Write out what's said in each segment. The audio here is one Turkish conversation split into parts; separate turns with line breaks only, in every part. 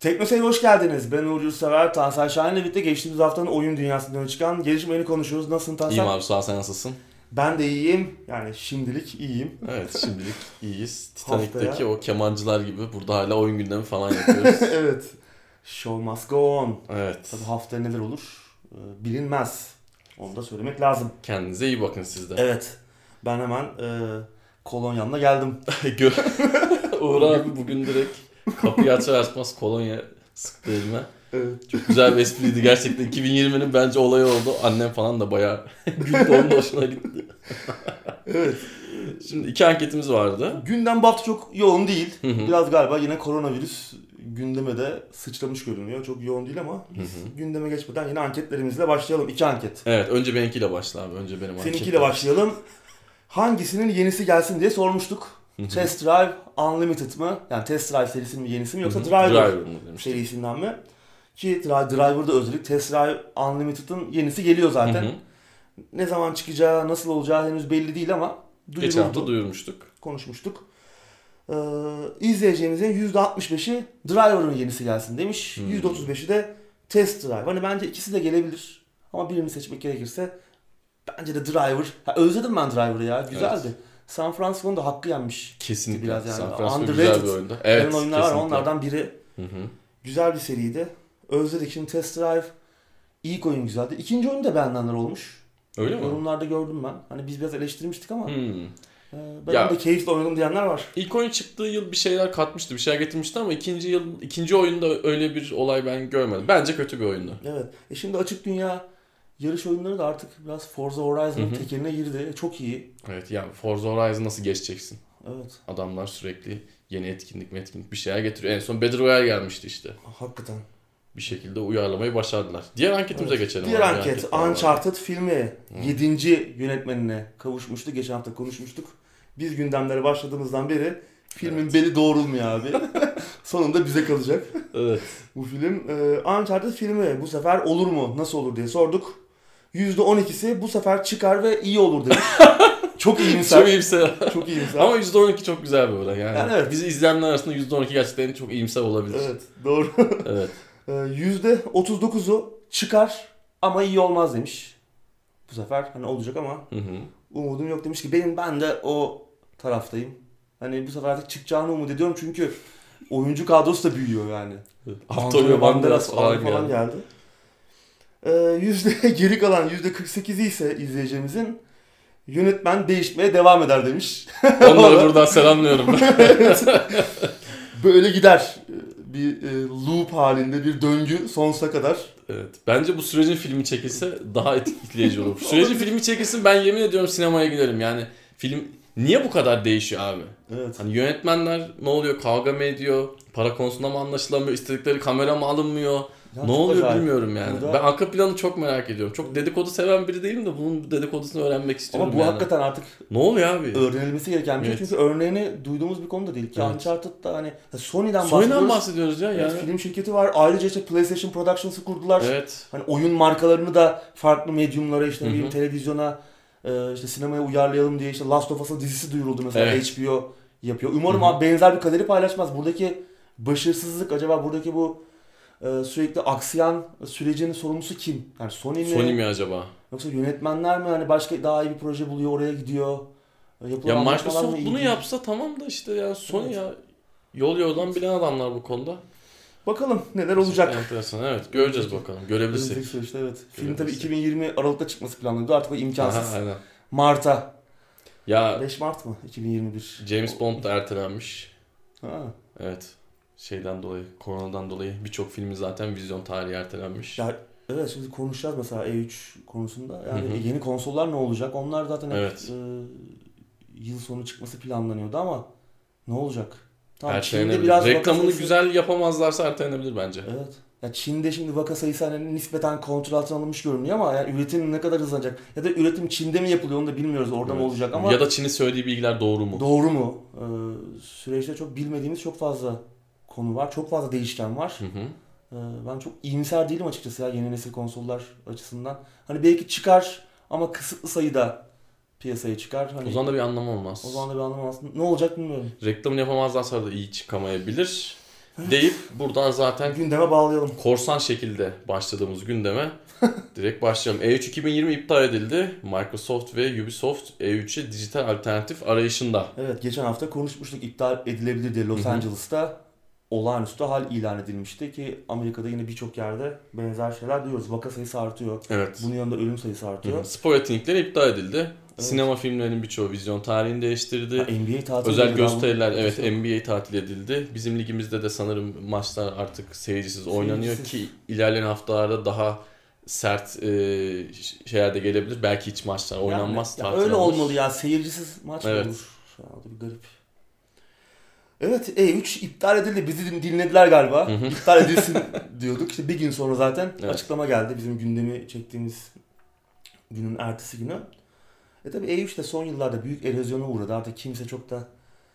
Teknoseyir'e hoş geldiniz. Ben Uğur Yurtsever, Tansel Şahin'le birlikte geçtiğimiz haftanın oyun dünyasından çıkan gelişmeleri konuşuyoruz. Nasılsın Tansel?
İyiyim abi, sağ ol, sen nasılsın?
Ben de iyiyim. Yani şimdilik iyiyim.
Evet, şimdilik iyiyiz. Titanic'teki o kemancılar gibi burada hala oyun gündemi falan yapıyoruz.
Evet. Show must go on.
Evet.
Tabii haftaya neler olur bilinmez. Onu da söylemek lazım.
Kendinize iyi bakın siz de.
Evet. Ben hemen kolonyamla geldim.
Uğur abi bugün direkt kapıyı açar açmaz kolonya sıktı elime.
Evet.
Çok güzel bir espriydi gerçekten. 2020'nin bence olayı oldu. Annem falan da bayağı güldü, onun da hoşuna gitti.
Evet.
Şimdi 2 anketimiz vardı.
Gündem bu hafta çok yoğun değil.
Hı hı.
Biraz galiba yine koronavirüs gündeme de sıçramış görünüyor. Çok yoğun değil ama gündeme geçmeden yine anketlerimizle başlayalım. 2 anket.
Evet, önce benimkiyle başla abi. Önce benim anketle.
Seninkiyle başlayalım. Hangisinin yenisi gelsin diye sormuştuk. Test Drive Unlimited mı? Yani Test Drive serisinin yenisi mi yoksa Driver serisinden mi? Ki Driver'da özellikle Test Drive Unlimited'ın yenisi geliyor zaten. Ne zaman çıkacağı, nasıl olacağı henüz belli değil ama duyuruldu.
Geçen hafta duyurmuştuk.
Konuşmuştuk. İzleyeceğimizin %65'i Driver'ın yenisi gelsin demiş. %35'i de Test Drive. Hani bence ikisi de gelebilir. Ama birini seçmek gerekirse bence de Driver. Özledim ben Driver'ı ya. Güzeldi. Evet. San Francisco'nun da hakkı yenmiş.
Kesinlikle.
Biraz yani.
San Francisco güzel bir oyunda.
Evet, oyunlar var, onlardan biri. Güzel bir seriydi. Özledik. Şimdi Test Drive ilk oyun güzeldi. İkinci oyunu da beğenenler olmuş.
Öyle mi?
Yorumlarda gördüm ben. Hani biz biraz eleştirmiştik ama ben de keyifle oynadım diyenler var.
İlk oyun çıktığı yıl bir şeyler katmıştı, bir şeyler getirmişti ama ikinci oyunda öyle bir olay ben görmedim. Bence kötü bir oyundu.
Evet. Şimdi açık dünya yarış oyunları da artık biraz Forza Horizon'ın tekeline girdi. Çok iyi.
Evet ya, Forza Horizon nasıl geçeceksin?
Evet.
Adamlar sürekli yeni etkinlik bir şeyler getiriyor. En son Battle Royale gelmişti işte.
Hakikaten.
Bir şekilde uyarlamayı başardılar. Diğer anketimize geçelim.
Diğer anket Uncharted filmi 7. yönetmenine kavuşmuştu. Geçen hafta konuşmuştuk. Biz gündemlere başladığımızdan beri filmin beli doğrulmuyor abi. Sonunda bize kalacak.
Evet.
Bu film Uncharted filmi bu sefer olur mu? Nasıl olur diye sorduk. %12'si bu sefer çıkar ve iyi olur demiş. Çok iyimser.
Çok iyimser.
Çok iyimser.
Ama %12 çok güzel bir oran yani.
Evet.
Bizi izleyenler arasında %12 gerçekten çok iyimser olabilir.
Evet, doğru.
Evet.
%39'u çıkar ama iyi olmaz demiş. Bu sefer hani olacak ama umudum yok demiş ki ben de o taraftayım. Hani bu sefer artık çıkacağını umut ediyorum çünkü oyuncu kadrosu da büyüyor yani.
Antonio Banderas
falan geldi. Geri kalan %48'i ise izleyicimizin yönetmen değişmeye devam eder demiş.
Onları buradan selamlıyorum.
Böyle gider. Bir loop halinde bir döngü sonsuza kadar.
Evet. Bence bu sürecin filmi çekilse daha etkileyici olur. Sürecin filmi çekilsin, ben yemin ediyorum sinemaya giderim. Yani film niye bu kadar değişiyor abi?
Evet.
Hani yönetmenler ne oluyor? Kavga mı ediyor? Para konusunda mı anlaşılamıyor? İstedikleri kamera mı alınmıyor?
Ya
ne oluyor
acayip.
Bilmiyorum yani.
Burada...
Ben arka planı çok merak ediyorum. Çok dedikodu seven biri değilim de bunun dedikodusunu öğrenmek istiyorum.
Ama bu hakikaten artık
ne oluyor abi?
Öğrenilmesi gereken bir şey. Çünkü örneğini duyduğumuz bir konu da değil. Ki Uncharted'da hani
Sony'den bahsediyoruz ya.
Evet, film şirketi var. Ayrıca işte PlayStation Productions'ı kurdular.
Evet.
Hani oyun markalarını da farklı medyumlara işte televizyona işte sinemaya uyarlayalım diye işte Last of Us'ın dizisi duyuruldu mesela, HBO yapıyor. Umarım abi benzer bir kaderi paylaşmaz. Buradaki başarısızlık acaba buradaki bu sürekli aksayan sürecin sorumlusu kim? Yani Sony
mi acaba?
Yoksa yönetmenler mi? Hani başka daha iyi bir proje buluyor, oraya gidiyor.
Ya Microsoft bunu yapsa tamam da işte ya Sony ya yol yoldan bilen adamlar bu konuda.
Bakalım neler olacak.
Enteresan, evet. Göreceğiz bakalım. Görebilirsek.
Süreçte, evet. Film tabii 2020 Aralık'ta çıkması planlanıyordu. Artık o imkansız.
Aynen.
Mart'a.
Ya
5 Mart mı? 2021.
James Bond da ertelenmiş.
Ha.
Evet. Şeyden dolayı, koronadan dolayı birçok filmi zaten vizyon tarihi ertelenmiş.
Ya evet, şimdi konuşacağız mesela E3 konusunda. Yani yeni konsollar ne olacak? Onlar zaten yıl sonu çıkması planlanıyordu ama ne olacak?
Tamam, Çin'de biraz reklamını güzel yapamazlarsa ertelenebilir bence.
Evet. Ya Çin'de şimdi vaka sayısı hani nispeten kontrol altına alınmış görünüyor ama yani üretim ne kadar hızlanacak? Ya da üretim Çin'de mi yapılıyor onu da bilmiyoruz. Orada mı olacak ama...
Ya da Çin'in söylediği bilgiler doğru mu?
Doğru mu? Süreçte çok bilmediğimiz çok fazla konu var. Çok fazla değişken var. Ben çok iyimser değilim açıkçası ya yeni nesil konsollar açısından. Hani belki çıkar ama kısıtlı sayıda piyasaya çıkar. Hani
o zaman da bir anlamı olmaz.
O zaman da bir anlamı olmaz. Ne olacak bilmiyorum.
Reklamını yapamazlarsa da iyi çıkamayabilir. deyip buradan zaten
gündeme bağlayalım.
Korsan şekilde başladığımız gündeme direkt başlayalım. E3 2020 iptal edildi. Microsoft ve Ubisoft E3'e dijital alternatif arayışında.
Evet, geçen hafta konuşmuştuk iptal edilebilir diye. Los Angeles'ta olağanüstü hal ilan edilmişti ki Amerika'da yine birçok yerde benzer şeyler duyuyoruz. Vaka sayısı artıyor.
Evet.
Bunun yanında ölüm sayısı artıyor.
Spor etkinlikleri iptal edildi. Evet. Sinema filmlerinin birçoğu vizyon tarihini değiştirdi.
NBA tatil
özel gösteriler NBA tatil edildi. Bizim ligimizde de sanırım maçlar artık seyircisiz oynanıyor ki ilerleyen haftalarda daha sert şeyler de gelebilir. Belki hiç maçlar oynanmaz.
Yani öyle olmalı ya. Seyircisiz maç mı olur? Şu anda bir garip. Evet, E3 iptal edildi. Bizi dinlediler galiba. İptal edilsin diyorduk. İşte bir gün sonra zaten açıklama geldi. Bizim gündemi çektiğimiz günün ertesi günü. Tabii E3 de son yıllarda büyük erozyona uğradı. Artık kimse çok da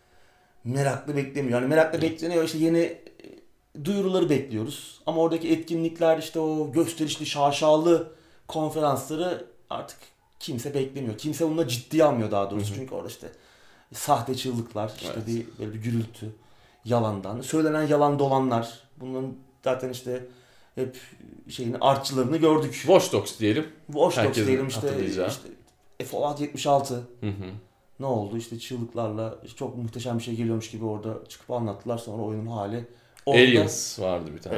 meraklı beklemiyor. Yani meraklı bekleniyor. İşte yeni duyuruları bekliyoruz. Ama oradaki etkinlikler, işte o gösterişli, şaşalı konferansları artık kimse beklemiyor. Kimse bununla ciddiye almıyor daha doğrusu. Çünkü orada işte sahte çığlıklar, işte böyle bir gürültü, yalandan, söylenen yalan dolanlar. Bunların zaten işte hep artçılarını gördük.
Watch Dogs diyelim.
Watch Dogs diyelim işte Fallout 76. Ne oldu? İşte çığlıklarla çok muhteşem bir şey geliyormuş gibi orada çıkıp anlattılar. Sonra oyunun hali. Orada,
Aliens vardı bir tane.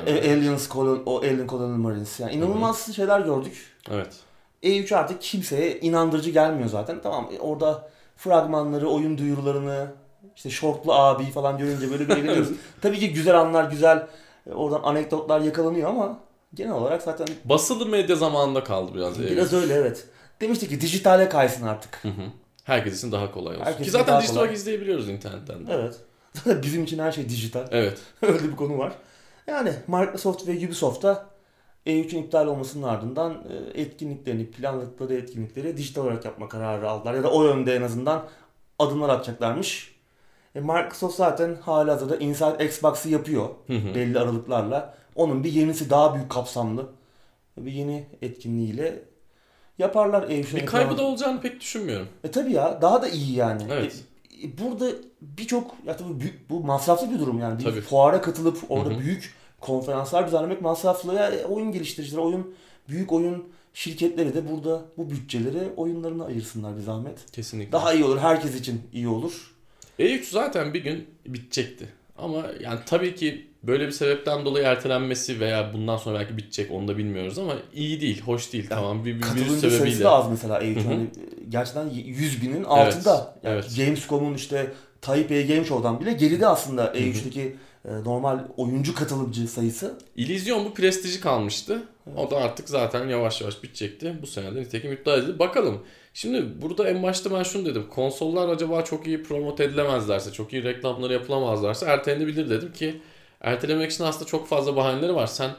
Alien Colonial Marines. Yani inanılmaz şeyler gördük.
Evet.
E3 artık kimseye inandırıcı gelmiyor zaten. Tamam, orada fragmanları, oyun duyurularını, işte şortlu abi falan görünce böyle bir eğleniyoruz. Tabii ki güzel anlar, güzel oradan anekdotlar yakalanıyor ama genel olarak zaten...
Basılı medya zamanında kaldı biraz.
Biraz öyle, evet. Demiştik ki dijitale kaysın artık.
Herkes için daha kolay olsun. Ki zaten dijital olarak izleyebiliyoruz internetten de.
Evet. Zaten bizim için her şey dijital.
Evet.
Öyle bir konu var. Yani Microsoft ve Ubisoft'ta E3'ün iptal olmasının ardından planladıkları etkinlikleri dijital olarak yapma kararı aldılar. Ya da o yönde en azından adımlar atacaklarmış. Microsoft zaten halihazırda Inside Xbox'ı yapıyor belli aralıklarla. Onun bir yenisi daha büyük kapsamlı bir yeni etkinliğiyle yaparlar E3'ün.
Bir kaybı da olacağını pek düşünmüyorum.
Tabii ya, daha da iyi yani.
Evet.
Burada birçok, ya tabii bu masraflı bir durum yani. Bir fuara katılıp orada büyük konferanslar düzenlemek masraflı. Ya, oyun geliştiricileri, büyük oyun şirketleri de burada bu bütçeleri oyunlarına ayırsınlar bir zahmet.
Kesinlikle.
Daha iyi olur. Herkes için iyi olur.
E3 zaten bir gün bitecekti. Ama yani tabii ki böyle bir sebepten dolayı ertelenmesi veya bundan sonra belki bitecek, onu da bilmiyoruz ama iyi değil, hoş değil. Yani tamam, bir
katılımcı sayısı da az mesela E3. Yani gerçekten 100.000'in altında. Yani Gamescom'un işte Taipei Game Show'dan bile geride aslında E3'teki normal oyuncu katılımcı sayısı.
İllüzyon bu prestiji kalmıştı. Evet. O da artık zaten yavaş yavaş bitecekti. Bu sene de nitekim iptal edildi. Bakalım. Şimdi burada en başta ben şunu dedim. Konsollar acaba çok iyi promote edilemezlerse, çok iyi reklamları yapılamazlarsa ertelenebilir dedim ki ertelemek için aslında çok fazla bahaneleri var. Sen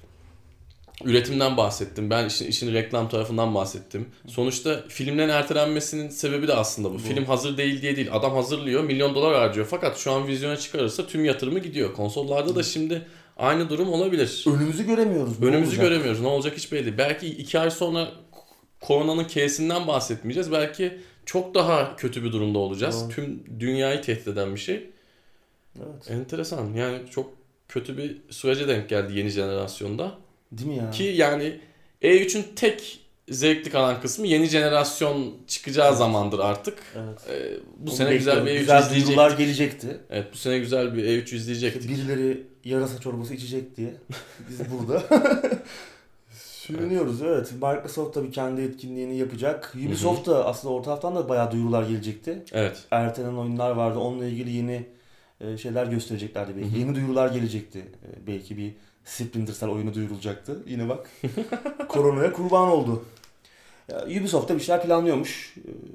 üretimden bahsettin. Ben işin reklam tarafından bahsettim. Sonuçta filmlerin ertelenmesinin sebebi de aslında bu. Film hazır değil diye değil. Adam hazırlıyor, milyon dolar harcıyor. Fakat şu an vizyona çıkarırsa tüm yatırımı gidiyor. Konsollarda da şimdi aynı durum olabilir.
Önümüzü göremiyoruz.
Göremiyoruz. Ne olacak hiç belli değil. Belki 2 ay sonra koronanın K'sinden bahsetmeyeceğiz. Belki çok daha kötü bir durumda olacağız. Evet. Tüm dünyayı tehdit eden bir şey.
Evet.
Enteresan. Yani çok kötü bir sürece denk geldi yeni jenerasyonda.
Değil mi ya?
Ki yani E3'ün tek zevkli kalan kısmı yeni jenerasyon çıkacağı zamandır artık.
Evet.
Bu sene güzel bir E3
izleyecektik. Güzel gelecekti.
Evet, bu sene güzel bir E3 izleyecektik.
İşte birileri yarasa çorbası içecek diye biz burada sürünüyoruz. Evet. Microsoft tabii kendi etkinliğini yapacak. Ubisoft da aslında orta taraftan da bayağı duyurular gelecekti.
Evet.
Ertelenen oyunlar vardı. Onunla ilgili yeni şeyler göstereceklerdi belki. Yeni duyurular gelecekti. Belki bir Splinter Cell oyunu duyurulacaktı. Yine bak. Koronaya kurban oldu. Ubisoft da bir şeyler planlıyormuş.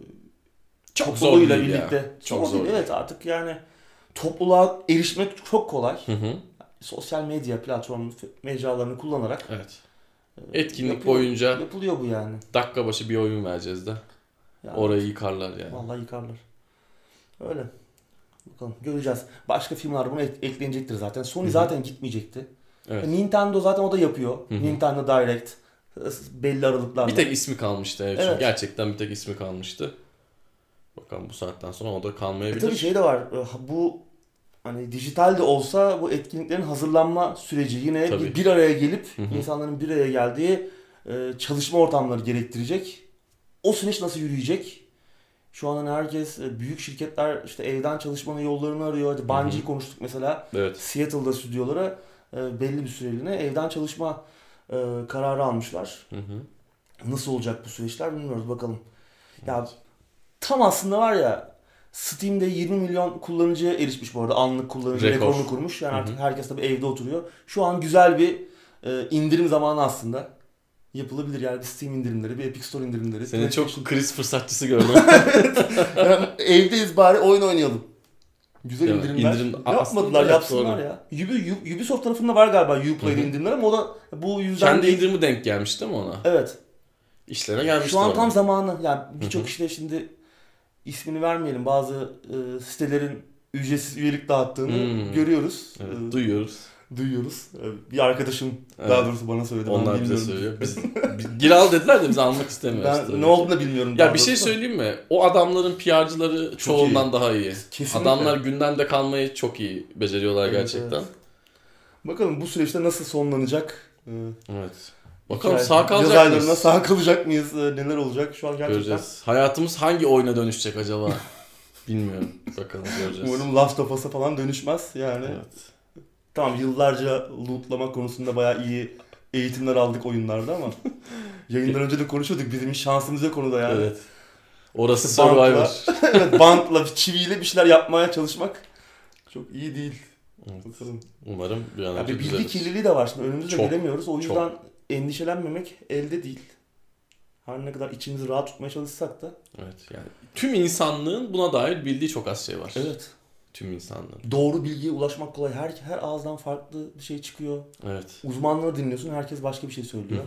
Çok zor değil
birlikte.
Ya. Çok zor.
Evet, artık yani topluluğa erişmek çok kolay. Sosyal medya platformu mecralarını kullanarak.
Evet. Etkinlik boyunca
yapılıyor bu yani.
Dakika başı bir oyun vereceğiz de. Yani, orayı yıkarlar yani.
Vallahi yıkarlar. Öyle. Bakalım, göreceğiz. Başka firmalar buna eklenecektir zaten. Sony zaten gitmeyecekti.
Evet.
Nintendo zaten o da yapıyor. Nintendo Direct belli aralıklarla.
Bir tek ismi kalmıştı. Evet. Gerçekten bir tek ismi kalmıştı. Bakalım bu saatten sonra o da kalmayabilir.
Tabii şey de var. Bu hani dijital de olsa bu etkinliklerin hazırlanma süreci yine bir araya gelip insanların bir araya geldiği çalışma ortamları gerektirecek. O süreç nasıl yürüyecek? Şu an herkes, büyük şirketler işte evden çalışmanın yollarını arıyor. Hadi Bungie'yi konuştuk mesela.
Evet.
Seattle'da stüdyolara belli bir süreliğine evden çalışma kararı almışlar. Nasıl olacak bu süreçler bilmiyoruz, bakalım. Evet. Ya tam aslında var ya, Steam'de 20 milyon kullanıcıya erişmiş bu arada. Anlık kullanıcı rekorunu kurmuş. Yani artık herkes tabii evde oturuyor. Şu an güzel bir indirim zamanı aslında. Yapılabilir yani, bir Steam indirimleri, bir Epic Store indirimleri.
Seni çok kriz fırsatçısı gördüm.
Yani evdeyiz, bari oyun oynayalım. Güzel indirimler. Yapmadılar, yapsınlar doğru. Ya. Ubisoft tarafında var galiba Uplay'de indirimler ama o da bu yüzden
kendi indirimi denk gelmiş değil mi ona?
Evet.
İşlerine gelmiştir.
Şu an tam zamanı. Yani birçok işte şimdi ismini vermeyelim, bazı sitelerin ücretsiz üyelik dağıttığını görüyoruz.
Evet,
duyuyoruz. Bir arkadaşım daha doğrusu bana söyledi.
Onlar bize söylüyor. Biz gir al dediler de biz almak istemiyoruz.
Ben ne olduğunu da bilmiyorum.
Ya bir şey söyleyeyim mi? O adamların PR'cıları çoğundan iyi. Daha iyi. Kesinlikle. Adamlar gündemde kalmayı çok iyi beceriyorlar gerçekten. Evet.
Bakalım bu süreçte nasıl sonlanacak?
Evet. Bakalım sağ kalacak mıyız?
Sağ kalacak mıyız? Neler olacak? Şu an gerçekten.
Göreceğiz. Hayatımız hangi oyuna dönüşecek acaba? Bilmiyorum. Bakalım göreceğiz.
Umarım Last of Us'a falan dönüşmez yani. Evet. Tamam, yıllarca lootlama konusunda bayağı iyi eğitimler aldık oyunlarda ama yayından önce de konuşuyorduk, bizim şansımız yok konuda yani.
Evet. Orası Survivor.
Evet, bantla, çiviyle bir şeyler yapmaya çalışmak çok iyi değil.
Evet. Umarım bir an önce
bilgi kirliliği de var şimdi, önümüzde göremiyoruz. O yüzden endişelenmemek elde değil. Her ne kadar içimizi rahat tutmaya çalışsak da.
Evet, yani tüm insanlığın buna dair bildiği çok az şey var.
Evet.
Tüm insanlığın.
Doğru bilgiye ulaşmak kolay. Her ağızdan farklı bir şey çıkıyor.
Evet.
Uzmanları dinliyorsun, herkes başka bir şey söylüyor.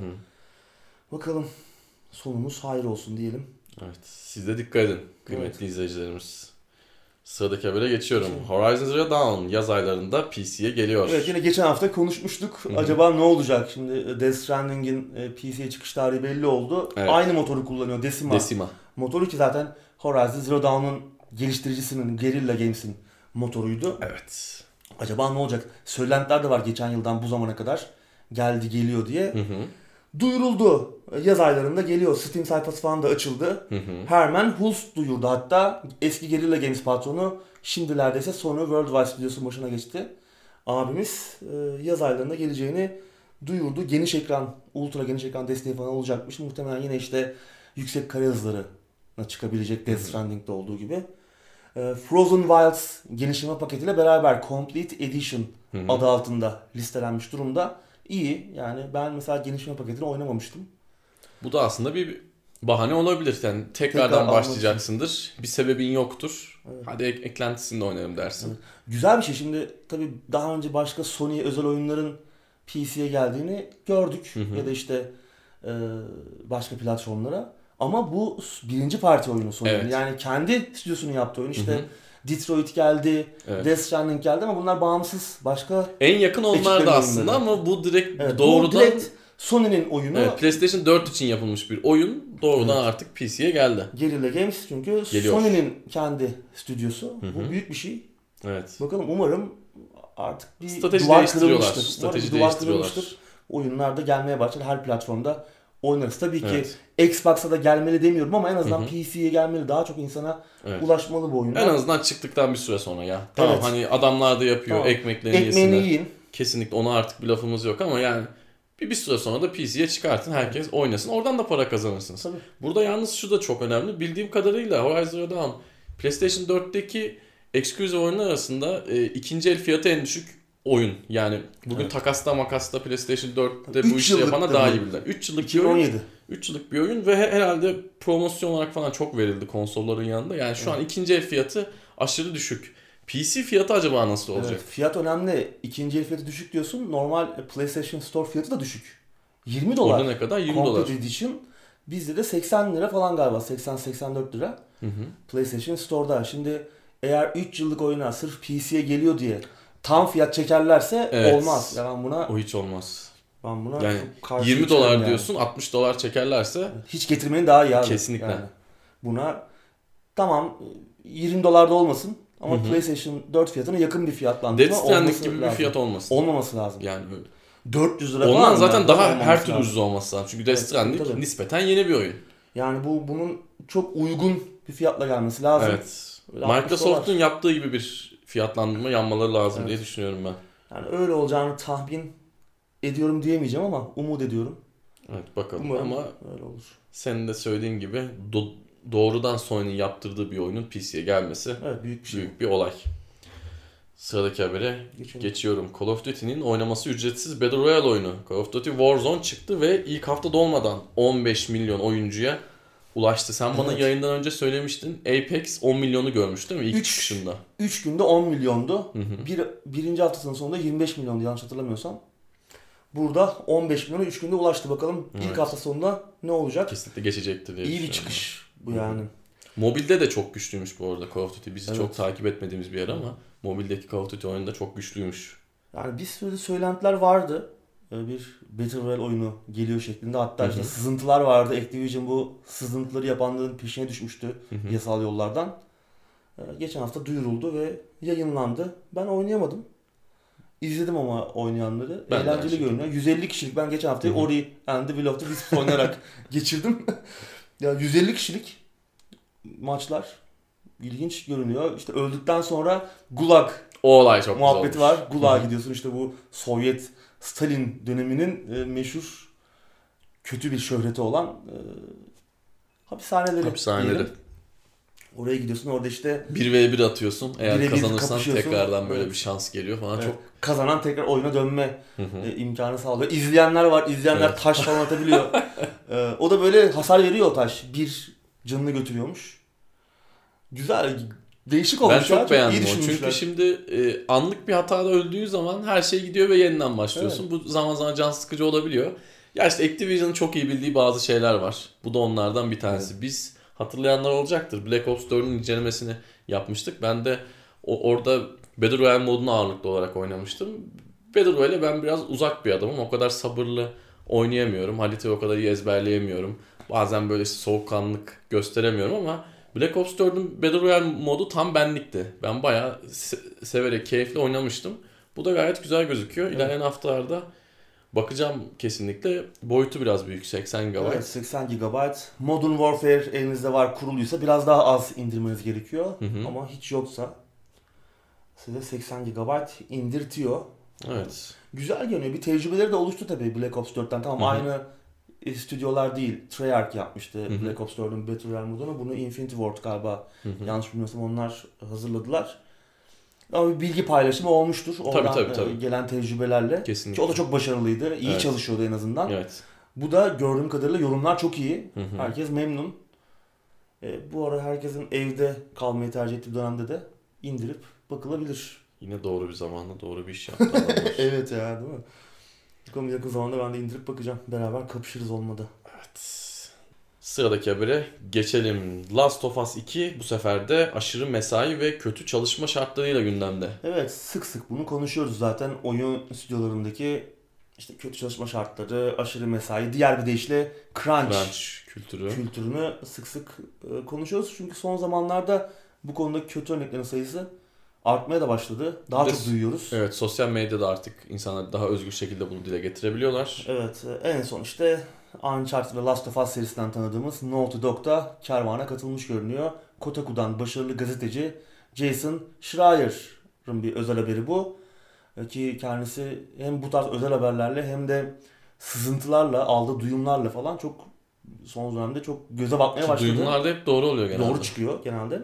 Bakalım sonumuz hayır olsun diyelim.
Evet. Siz de dikkat edin kıymetli izleyicilerimiz. Sıradaki habere geçiyorum. Horizon Zero Dawn yaz aylarında PC'ye geliyor.
Evet, yine geçen hafta konuşmuştuk. Acaba ne olacak? Şimdi Death Stranding'in PC'ye çıkış tarihi belli oldu. Evet. Aynı motoru kullanıyor. Decima. Motoru ki zaten Horizon Zero Dawn'un geliştiricisinin, Guerrilla Games'in motoruydu.
Evet.
Acaba ne olacak? Söylentiler de var geçen yıldan bu zamana kadar. Geliyor diye. Duyuruldu. Yaz aylarında geliyor. Steam sayfası falan da açıldı. Herman Hulst duyurdu hatta. Eski Guerrilla Games patronu. Şimdilerde ise Sony Worldwide Studios'un başına geçti. Abimiz yaz aylarında geleceğini duyurdu. Geniş ekran, ultra geniş ekran desteği falan olacakmış. Muhtemelen yine işte yüksek kare hızlarına çıkabilecek Death Stranding'de olduğu gibi. Frozen Wilds genişleme paketiyle beraber Complete Edition adı altında listelenmiş durumda. İyi yani, ben mesela genişleme paketini oynamamıştım.
Bu da aslında bir bahane olabilir. Yani tekrardan başlayacaksındır. Bir sebebin yoktur. Evet. Hadi eklentisini de oynarım dersin. Evet.
Güzel bir şey. Şimdi tabii daha önce başka Sony'ye özel oyunların PC'ye geldiğini gördük. Ya da işte başka platformlara. Ama bu birinci parti oyunu Sony'nin. Evet. Yani kendi stüdyosunu yaptığı oyun. İşte Detroit geldi, Death Stranding geldi ama bunlar bağımsız başka
en yakın onlar da aslında oyunları. Ama bu direkt doğrudan
bu direkt Sony'nin oyunu.
Evet, PlayStation 4 için yapılmış bir oyun. Doğrudan artık PC'ye geldi.
Guerrilla Games çünkü Sony'nin kendi stüdyosu. Bu büyük bir şey.
Evet.
Bakalım, umarım artık bir
strateji
duvar
değiştiriyorlar.
kırılmıştır. Oyunlar da gelmeye başladı. Her platformda oynarız. Tabii ki Xbox'a da gelmeli demiyorum ama en azından PC'ye gelmeli. Daha çok insana ulaşmalı bu oyunlar.
En azından çıktıktan bir süre sonra ya. Tamam hani adamlar da yapıyor. Ekmeğini
yiyin.
Kesinlikle ona artık bir lafımız yok ama yani bir süre sonra da PC'ye çıkartın. Herkes oynasın. Oradan da para kazanırsınız.
Tabii.
Burada yalnız şu da çok önemli. Bildiğim kadarıyla Horizon Zero Dawn PlayStation 4'teki exclusive oyunlar arasında ikinci el fiyatı en düşük oyun. Yani bugün takasta makasta PlayStation 4'te bu işi yapana daha iyi bilirler. 3 yıllık
2017.
bir oyun. 3 yıllık bir oyun ve herhalde promosyon olarak falan çok verildi konsolların yanında. Yani şu an ikinci el fiyatı aşırı düşük. PC fiyatı acaba nasıl olacak? Evet,
fiyat önemli. İkinci el fiyatı düşük diyorsun. Normal PlayStation Store fiyatı da düşük. $20.
Orada ne kadar? $20.
Complete Edition. Bizde de 80 lira falan galiba. 80-84 lira. PlayStation Store'da. Şimdi eğer 3 yıllık oyuna sırf PC'ye geliyor diye tam fiyat çekerlerse olmaz. Yani buna,
o hiç olmaz.
Ben buna
yani $20 diyorsun, $60 çekerlerse
hiç getirmenin daha iyi abi.
Kesinlikle.
Yani buna tamam $20 da olmasın ama PlayStation 4 fiyatına yakın bir fiyatlandırma
Death Stranding gibi bir fiyat
olmaması lazım.
Yani öyle.
400 lira falan.
Ondan zaten daha her türlü ucuz olması lazım. Çünkü Death Stranding
tabii.
nispeten yeni bir oyun.
Yani bunun çok uygun bir fiyatla gelmesi lazım.
Evet. Microsoft'un yaptığı gibi bir fiyatlandırma yanmaları lazım diye düşünüyorum ben.
Yani öyle olacağını tahmin ediyorum diyemeyeceğim ama umut ediyorum.
Evet bakalım.
Umarım
ama
öyle olur.
Senin de söylediğin gibi doğrudan Sony'nin yaptırdığı bir oyunun PC'ye gelmesi büyük bir olay. Sıradaki habere geçiyorum. Call of Duty'nin oynaması ücretsiz Battle Royale oyunu Call of Duty Warzone çıktı ve ilk hafta dolmadan 15 milyon oyuncuya ulaştı. Sen bana yayından önce söylemiştin. Apex 10 milyonu görmüş değil mi ilk çıkışında?
3 günde 10 milyondu. Birinci haftasının sonunda 25 milyondu yanlış hatırlamıyorsam. Burada 15 milyona 3 günde ulaştı. Bakalım ilk hafta sonunda ne olacak?
Kesinlikle geçecektir diye
İyi bir çıkış bu yani.
Mobilde de çok güçlüymüş bu arada Call of Duty. Bizi çok takip etmediğimiz bir yer ama mobildeki Call of Duty oyunu da çok güçlüymüş.
Yani bir sürü söylentiler vardı. Bir Battle Royale oyunu geliyor şeklinde. Hatta işte sızıntılar vardı. Activision bu sızıntıları yapanların peşine düşmüştü yasal yollardan. Geçen hafta duyuruldu ve yayınlandı. Ben oynayamadım. İzledim ama oynayanları.
Ben
eğlenceli görünüyor. 150 kişilik. Ben geçen haftayı Ori and the Will of the Wisps oynayarak geçirdim. Ya 150 kişilik maçlar ilginç görünüyor. İşte öldükten sonra Gulag
o olay çok
muhabbeti var. Gulag'a gidiyorsun. İşte bu Sovyet Stalin döneminin meşhur kötü bir şöhreti olan hapishaneleri. Oraya gidiyorsun. Orada işte
1v1 atıyorsun. Eğer kazanırsan tekrardan böyle bir şans geliyor falan. Çok
kazanan tekrar oyuna dönme imkanı sağlıyor. İzleyenler var. İzleyenler taş falan atabiliyor. O da böyle hasar veriyor o taş. Bir canını götürüyormuş. Güzel. Değişik olmuş.
Ben çok beğendim o. Çünkü şimdi anlık bir hatada öldüğü zaman her şey gidiyor ve yeniden başlıyorsun. Bu zaman zaman can sıkıcı olabiliyor. Ya işte Activision'ın çok iyi bildiği bazı şeyler var. Bu da onlardan bir tanesi. Biz hatırlayanlar olacaktır. Black Ops 4'ün incelemesini yapmıştık. Ben de orada Battle Royale modunu ağırlıklı olarak oynamıştım. Battle Royale'e ben biraz uzak bir adamım. O kadar sabırlı oynayamıyorum. Haritayı o kadar iyi ezberleyemiyorum. Bazen böyle soğukkanlılık gösteremiyorum ama Black Ops 4'ün Battle Royale modu tam benlikti. Ben bayağı severek, keyifli oynamıştım. Bu da gayet güzel gözüküyor. İlerleyen haftalarda bakacağım kesinlikle. Boyutu biraz büyük, 80 GB.
Evet, 80 GB. Modern Warfare elinizde var, kuruluysa biraz daha az indirmeniz gerekiyor. Ama hiç yoksa size 80 GB indirtiyor.
Evet.
Güzel görünüyor. Bir tecrübeleri de oluştu tabii Black Ops 4'ten. Tamam aynı stüdyolar değil. Treyarch yapmıştı Black Ops 4'ün Battle Royale modunu. Bunu Infinity Ward galiba yanlış bilmiyorsam onlar hazırladılar. Ama bir bilgi paylaşımı olmuştur. Oradan tabii. Gelen tecrübelerle.
Kesinlikle.
Ki o da çok başarılıydı. İyi çalışıyordu en azından.
Evet.
Bu da gördüğüm kadarıyla yorumlar çok iyi. Herkes memnun. Bu ara herkesin evde kalmayı tercih ettiği dönemde de indirip bakılabilir.
Yine doğru bir zamanda doğru bir iş yaptı adamlar.
Evet ya, değil mi? Yakın zamanda ben de indirip bakacağım. Beraber kapışırız olmadı.
Evet. Sıradaki habere geçelim. Last of Us 2 bu sefer de aşırı mesai ve kötü çalışma şartlarıyla gündemde.
Evet, sık sık bunu konuşuyoruz zaten. Oyun stüdyolarındaki işte kötü çalışma şartları, aşırı mesai, diğer bir deyişle crunch kültürünü sık sık konuşuyoruz. Çünkü son zamanlarda bu konudaki kötü örneklerin sayısı artmaya da başladı. Daha çok duyuyoruz.
Evet, sosyal medyada artık insanlar daha özgür şekilde bunu dile getirebiliyorlar.
Evet, en son işte Uncharted ve Last of Us serisinden tanıdığımız Naughty Dog da kervana katılmış görünüyor. Kotaku'dan başarılı gazeteci Jason Schreier'ın bir özel haberi bu. Ki kendisi hem bu tarz özel haberlerle hem de sızıntılarla, aldığı duyumlarla falan çok son dönemde çok göze batmaya başladı.
Duyumlar da hep doğru oluyor genelde.
Doğru çıkıyor genelde.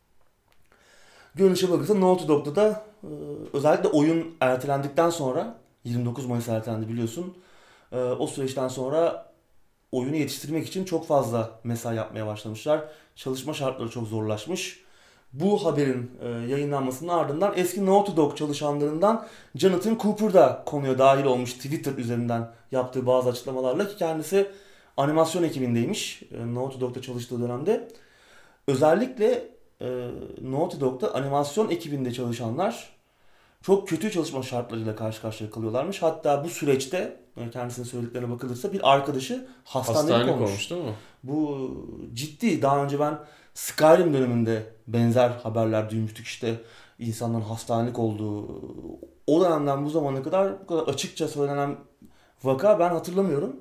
Görünüşe bakılırsa Naughty Dog'da da özellikle oyun ertelendikten sonra 29 Mayıs ertelendi biliyorsun. O süreçten sonra oyunu yetiştirmek için çok fazla mesai yapmaya başlamışlar. Çalışma şartları çok zorlaşmış. Bu haberin yayınlanmasının ardından eski Naughty Dog çalışanlarından Jonathan Cooper da konuya dahil olmuş Twitter üzerinden yaptığı bazı açıklamalarla ki kendisi animasyon ekibindeymiş Naughty Dog'da çalıştığı dönemde. Özellikle Naughty Dog'da animasyon ekibinde çalışanlar çok kötü çalışma şartlarıyla karşı karşıya kalıyorlarmış. Hatta bu süreçte kendisinin söylediklerine bakılırsa bir arkadaşı hastanelik olmuş.
Değil mi?
Bu ciddi. Daha önce ben Skyrim döneminde benzer haberler duymuştuk, işte insanların hastanelik olduğu. O dönemden bu zamana kadar bu kadar açıkça söylenen vaka ben hatırlamıyorum.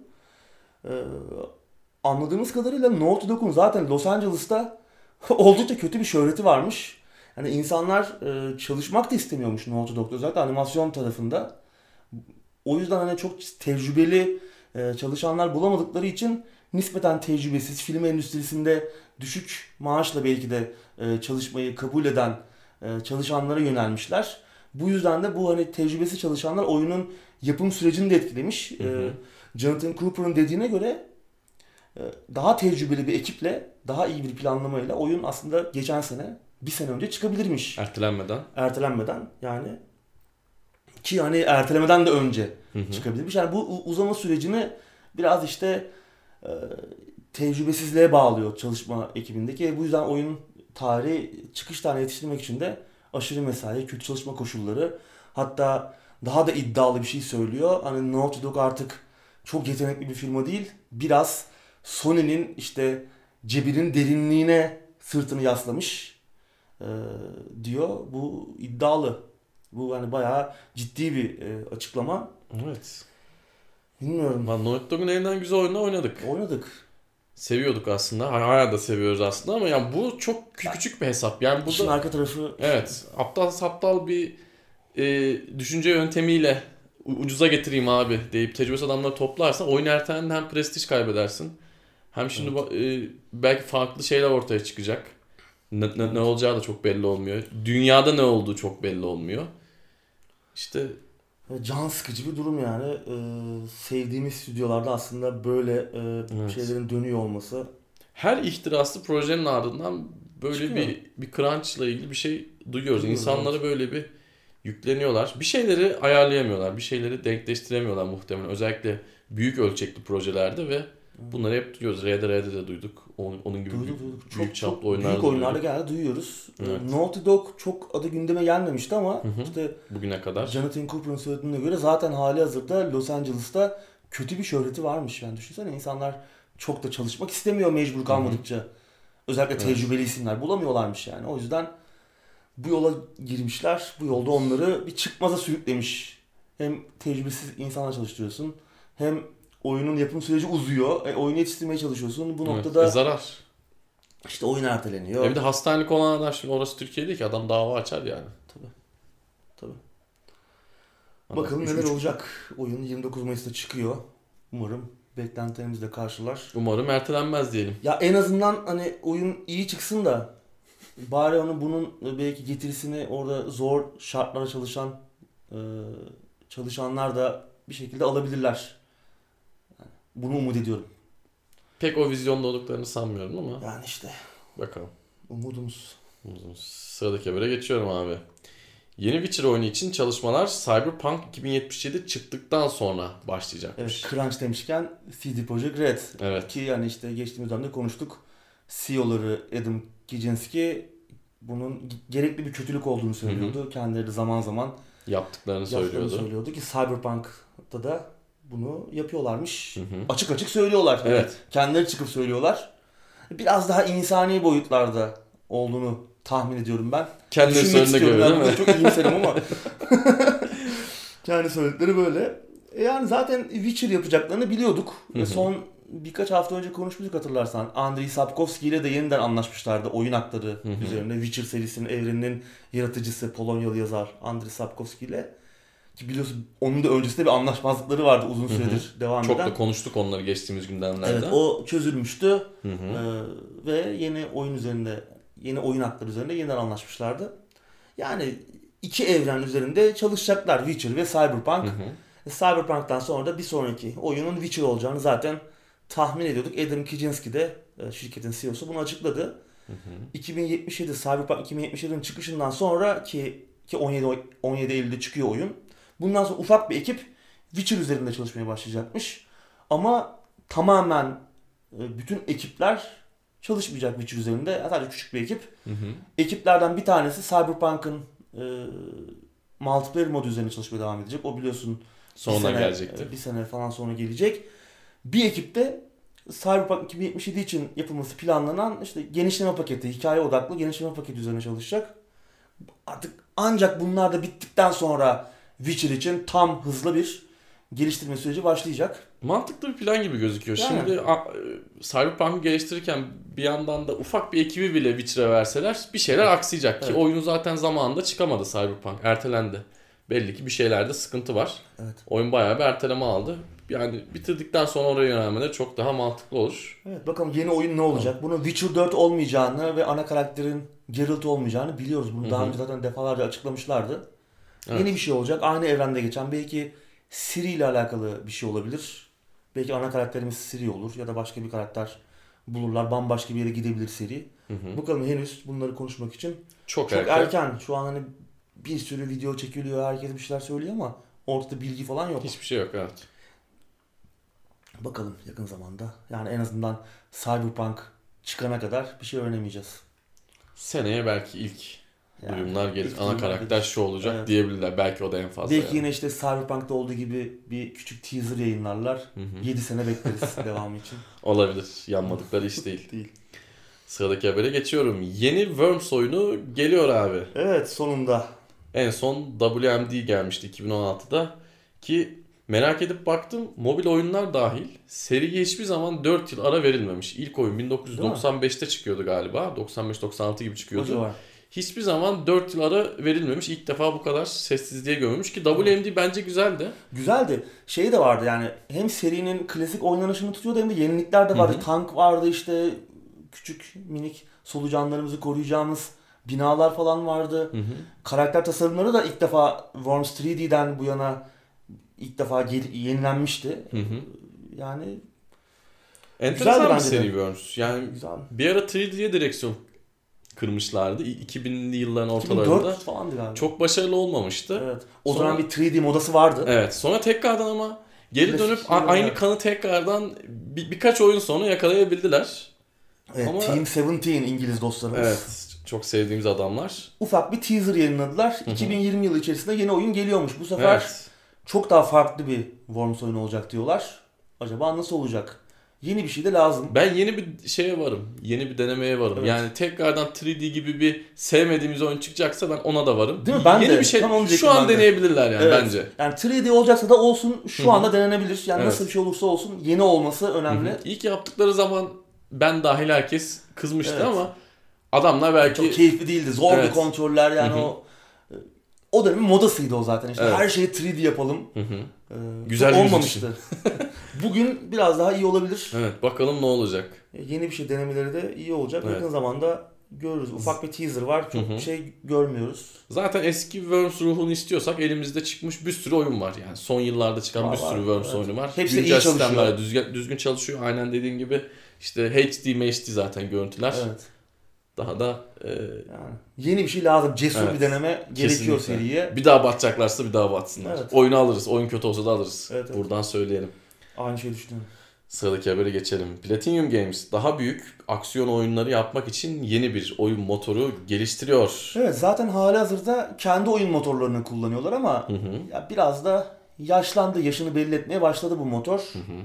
Anladığımız kadarıyla Naughty Dog'un zaten Los Angeles'ta oldukça kötü bir şöhreti varmış. Yani insanlar çalışmak da istemiyormuş Naughty Dog'da, özellikle animasyon tarafında. O yüzden hani çok tecrübeli çalışanlar bulamadıkları için nispeten tecrübesiz, film endüstrisinde düşük maaşla belki de çalışmayı kabul eden çalışanlara yönelmişler. Bu yüzden de bu hani tecrübesiz çalışanlar oyunun yapım sürecini de etkilemiş. Jonathan Cooper'ın dediğine göre daha tecrübeli bir ekiple, daha iyi bir planlamayla oyun aslında geçen sene, bir sene önce çıkabilirmiş. Ertelenmeden yani. Ki hani ertelemeden de önce çıkabilirmiş. Yani bu uzama sürecini biraz işte tecrübesizliğe bağlıyor çalışma ekibindeki. Bu yüzden oyun tarihi çıkış tarihine yetiştirmek için de aşırı mesai, kötü çalışma koşulları, hatta daha da iddialı bir şey söylüyor. Hani Naughty Dog artık çok yetenekli bir firma değil. Biraz Sony'nin işte cebinin derinliğine sırtını yaslamış diyor. Bu iddialı. Bu hani bayağı ciddi bir açıklama.
Evet.
Bilmiyorum.
Naughty Dog'un elinden güzel oyunu oynadık. Seviyorduk aslında. Hala da seviyoruz aslında ama yani bu çok küçük bir hesap. Yani burada
İşin arka tarafı...
Evet. Aptal saptal bir düşünce yöntemiyle ucuza getireyim abi deyip tecrübesiz adamları toplarsan oyun ertelende hem prestij kaybedersin. Hem şimdi belki farklı şeyler ortaya çıkacak. Ne olacağı da çok belli olmuyor. Dünyada ne olduğu çok belli olmuyor. İşte
can sıkıcı bir durum yani. Sevdiğimiz stüdyolarda aslında böyle şeylerin dönüyor olması.
Her ihtiraslı projenin ardından böyle
çıkıyor.
bir crunch'la ilgili bir şey duyuyoruz. İnsanlara böyle bir yükleniyorlar. Bir şeyleri ayarlayamıyorlar. Bir şeyleri denkleştiremiyorlar muhtemelen. Özellikle büyük ölçekli projelerde ve bunları hep duyuyoruz. R'de de duyduk. Onun gibi
duyduk.
Büyük çaplı
oyunlarda büyük oyunlarda geldi duyuyoruz. Evet. Naughty Dog çok adı gündeme gelmemişti ama işte
bugüne kadar
Jonathan Cooper'ın söylediğine göre zaten hali hazırda Los Angeles'ta kötü bir şöhreti varmış. Yani düşünsene, insanlar çok da çalışmak istemiyor mecbur kalmadıkça. Özellikle tecrübeli isimler bulamıyorlarmış yani. O yüzden bu yola girmişler. Bu yolda onları bir çıkmaza sürüklemiş. Hem tecrübesiz insanlar çalıştırıyorsun, hem oyunun yapım süreci uzuyor. Oyunu yetiştirmeye çalışıyorsun. Bu noktada
zarar.
İşte oyun erteleniyor.
Bir de hastanelik olan adam, şimdi orası Türkiye değil ki, adam dava açar yani.
Tabii. Bakalım neler olacak. Oyun 29 Mayıs'ta çıkıyor. Umarım beklentilerimizi de karşılar.
Umarım ertelenmez diyelim.
Ya en azından hani oyun iyi çıksın da bari bunun belki getirisini orada zor şartlarda çalışanlar da bir şekilde alabilirler. Yani bunu umut ediyorum.
Pek o vizyonda olduklarını sanmıyorum ama.
Yani işte.
Bakalım.
Umudumuz.
Sıradaki habere geçiyorum abi. Yeni Witcher oyunu için çalışmalar Cyberpunk 2077 çıktıktan sonra başlayacakmış.
Evet, crunch demişken CD Projekt Red.
Evet.
Ki yani işte geçtiğimiz dönemde konuştuk. CEO'ları Adam Kaczynski bunun gerekli bir kötülük olduğunu söylüyordu. Kendileri de zaman zaman
yaptıklarını söylüyordu
ki Cyberpunk'ta da bunu yapıyorlarmış. Açık açık söylüyorlar.
Evet.
Kendileri çıkıp söylüyorlar. Biraz daha insani boyutlarda olduğunu tahmin ediyorum ben.
Kendileri söylediğine göre değil mi?
Çok iyimserim ama. Kendi söyledikleri böyle. Yani zaten Witcher yapacaklarını biliyorduk. Son birkaç hafta önce konuşmuştuk hatırlarsan. Andrei Sapkowski ile de yeniden anlaşmışlardı oyun hakları üzerine. Witcher serisinin evreninin yaratıcısı Polonyalı yazar Andrei Sapkowski ile. Ki biliyorsun onun da öncesinde bir anlaşmazlıkları vardı uzun süredir devam eden.
Çok da konuştuk onları geçtiğimiz gündemlerde.
Evet, o çözülmüştü. Ve yeni oyun hakları üzerinde yeniden anlaşmışlardı. Yani iki evren üzerinde çalışacaklar, Witcher ve Cyberpunk. Cyberpunk'tan sonra da bir sonraki oyunun Witcher olacağını zaten tahmin ediyorduk. Adam Kaczynski de şirketin CEO'su bunu açıkladı. 2077 Cyberpunk 2077'nin çıkışından sonra ki 17 Eylül'de çıkıyor oyun. Bundan sonra ufak bir ekip Witcher üzerinde çalışmaya başlayacakmış. Ama tamamen bütün ekipler çalışmayacak Witcher üzerinde. Sadece küçük bir ekip. Ekiplerden bir tanesi Cyberpunk'ın multiplayer modu üzerine çalışmaya devam edecek. O biliyorsun
Sonra gelecekti.
Bir sene falan sonra gelecek. Bir ekipte Cyberpunk 2077 için yapılması planlanan işte genişleme paketi, hikaye odaklı genişleme paketi üzerine çalışacak. Artık ancak bunlar da bittikten sonra Witcher için tam hızlı bir geliştirme süreci başlayacak.
Mantıklı bir plan gibi gözüküyor. Yani. Şimdi Cyberpunk'ı geliştirirken bir yandan da ufak bir ekibi bile Witcher'a verseler bir şeyler aksayacak ki oyunu zaten zamanında çıkamadı Cyberpunk. Ertelendi. Belli ki bir şeylerde sıkıntı var.
Evet.
Oyun bayağı bir erteleme aldı. Yani bitirdikten sonra oraya yönelmeleri çok daha mantıklı olur.
Evet, bakalım yeni oyun ne olacak? Bunun Witcher 4 olmayacağını ve ana karakterin Geralt olmayacağını biliyoruz. Bunu daha önce zaten defalarca açıklamışlardı. Evet. Yeni bir şey olacak. Aynı evrende geçen. Belki Ciri ile alakalı bir şey olabilir. Belki ana karakterimiz Ciri olur ya da başka bir karakter bulurlar. Bambaşka bir yere gidebilir Ciri. Bakalım, henüz bunları konuşmak için çok erken. Şu an hani bir sürü video çekiliyor. Herkes bir şeyler söylüyor ama ortada bilgi falan yok.
Hiçbir şey yok, evet.
Bakalım yakın zamanda. Yani en azından Cyberpunk çıkana kadar bir şey öğrenemeyeceğiz.
Seneye belki ilk duyumlar gelir. Ana karakter şu olacak diyebilirler. Belki o da en fazla.
Belki yine işte Cyberpunk'ta olduğu gibi bir küçük teaser yayınlarlar. 7 sene bekleriz devamı için.
Olabilir. Yanmadıkları iş değil. Sıradaki habere geçiyorum. Yeni Worms oyunu geliyor abi.
Evet, sonunda.
En son WMD gelmişti 2016'da. Ki merak edip baktım, mobil oyunlar dahil seriye hiçbir zaman 4 yıl ara verilmemiş. İlk oyun 1995'te çıkıyordu galiba. 95-96 gibi çıkıyordu. Hiçbir zaman 4 yıl ara verilmemiş. İlk defa bu kadar sessizliğe gömülmüş ki WMD bence güzeldi.
Güzeldi. Şey de vardı yani, hem serinin klasik oynanışını tutuyordu hem de yenilikler de vardı. Tank vardı, işte küçük minik solucanlarımızı koruyacağımız binalar falan vardı. Karakter tasarımları da ilk defa Worms 3D'den bu yana ilk defa yenilenmişti. Yani
enteresan bir seri Worms. Yani güzel. Bir ara 3D'ye direksiyon kırmışlardı 2000'li yılların ortalarında.
2004 falandı galiba.
Çok başarılı olmamıştı.
Evet. O zaman bir 3D modası vardı.
Evet. Sonra tekrardan ama geri dönüp aynı kanı tekrardan birkaç oyun sonra yakalayabildiler.
Evet, ama Team 17 İngiliz dostlarımız.
Evet. Çok sevdiğimiz adamlar.
Ufak bir teaser yayınladılar. 2020 yılı içerisinde yeni oyun geliyormuş. Bu sefer çok daha farklı bir Worms oyunu olacak diyorlar. Acaba nasıl olacak? Yeni bir şey de lazım.
Ben yeni bir şeye varım. Yeni bir denemeye varım. Evet. Yani tekrardan 3D gibi bir sevmediğimiz oyun çıkacaksa ben ona da varım.
Değil mi? Ben
yeni
de.
Bir şey şu an deneyebilirler yani bence.
Yani 3D olacaksa da olsun, şu anda denenebilir. Yani nasıl bir şey olursa olsun yeni olması önemli.
İlk yaptıkları zaman ben dahil herkes kızmıştı ama adamlar belki
çok keyifli değildi. Zorlu kontroller yani o dönemin modasıydı o zaten. İşte her şeyi 3D yapalım.
Güzel
olmamıştı. Bugün biraz daha iyi olabilir.
Evet, bakalım ne olacak.
Yeni bir şey denemeleri de iyi olacak. Yakın zamanda görürüz. Ufak bir teaser var. Çok bir şey görmüyoruz.
Zaten eski Worms ruhunu istiyorsak elimizde çıkmış bir sürü oyun var. Yani son yıllarda çıkan bir sürü Worms oyunu var.
Hepsi iyi çalışıyor.
Düzgün çalışıyor. Aynen dediğin gibi işte HD zaten görüntüler.
Evet.
Daha da
yani yeni bir şey lazım. Cesur bir deneme gerekiyor seriye.
Bir daha batacaklarsa bir daha batsınlar. Evet. Oyunu alırız. Oyun kötü olsa da alırız. Evet. Buradan söyleyelim.
Aynı şeyi düşünüyorum.
Sıradaki habere geçelim. Platinum Games daha büyük aksiyon oyunları yapmak için yeni bir oyun motoru geliştiriyor.
Evet, zaten halihazırda kendi oyun motorlarını kullanıyorlar ama ya biraz da yaşlandı. Yaşını belli etmeye başladı bu motor.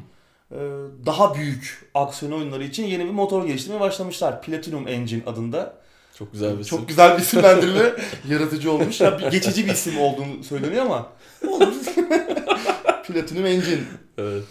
Daha büyük aksiyon oyunları için yeni bir motor geliştirmeye başlamışlar. Platinum Engine adında.
Çok güzel bir isim.
Çok güzel bir isimlendirme. Yaratıcı olmuş. Ya geçici bir isim olduğunu söyleniyor ama olur. Platinum Engine.
Evet.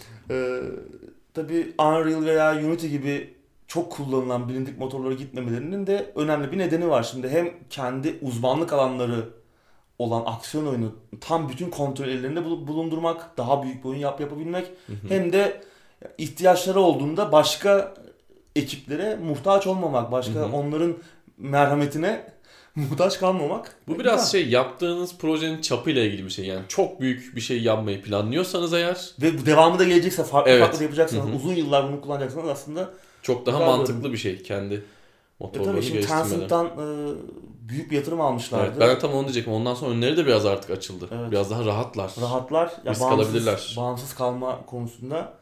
Tabii Unreal veya Unity gibi çok kullanılan bilindik motorlara gitmemelerinin de önemli bir nedeni var. Şimdi hem kendi uzmanlık alanları olan aksiyon oyunu tam bütün kontrol ellerinde bulundurmak, daha büyük bir oyun yapabilmek hem de ihtiyaçları olduğunda başka ekiplere muhtaç olmamak, başka onların merhametine muhtaç kalmamak.
Bu biraz yaptığınız projenin çapıyla ilgili bir şey. Yani çok büyük bir şey yapmayı planlıyorsanız eğer
ve bu devamı da gelecekse, farklı yapacaksanız, uzun yıllar bunu kullanacaksanız aslında
çok daha mantıklı bir şey kendi motorlarını geliştirmeden.
Tencent'tan büyük bir yatırım almışlardı.
Evet, ben de tam onu diyecektim. Ondan sonra önleri de biraz artık açıldı. Evet. Biraz daha rahatlar.
Ya,
risk alabilirler.
Bağımsız kalma konusunda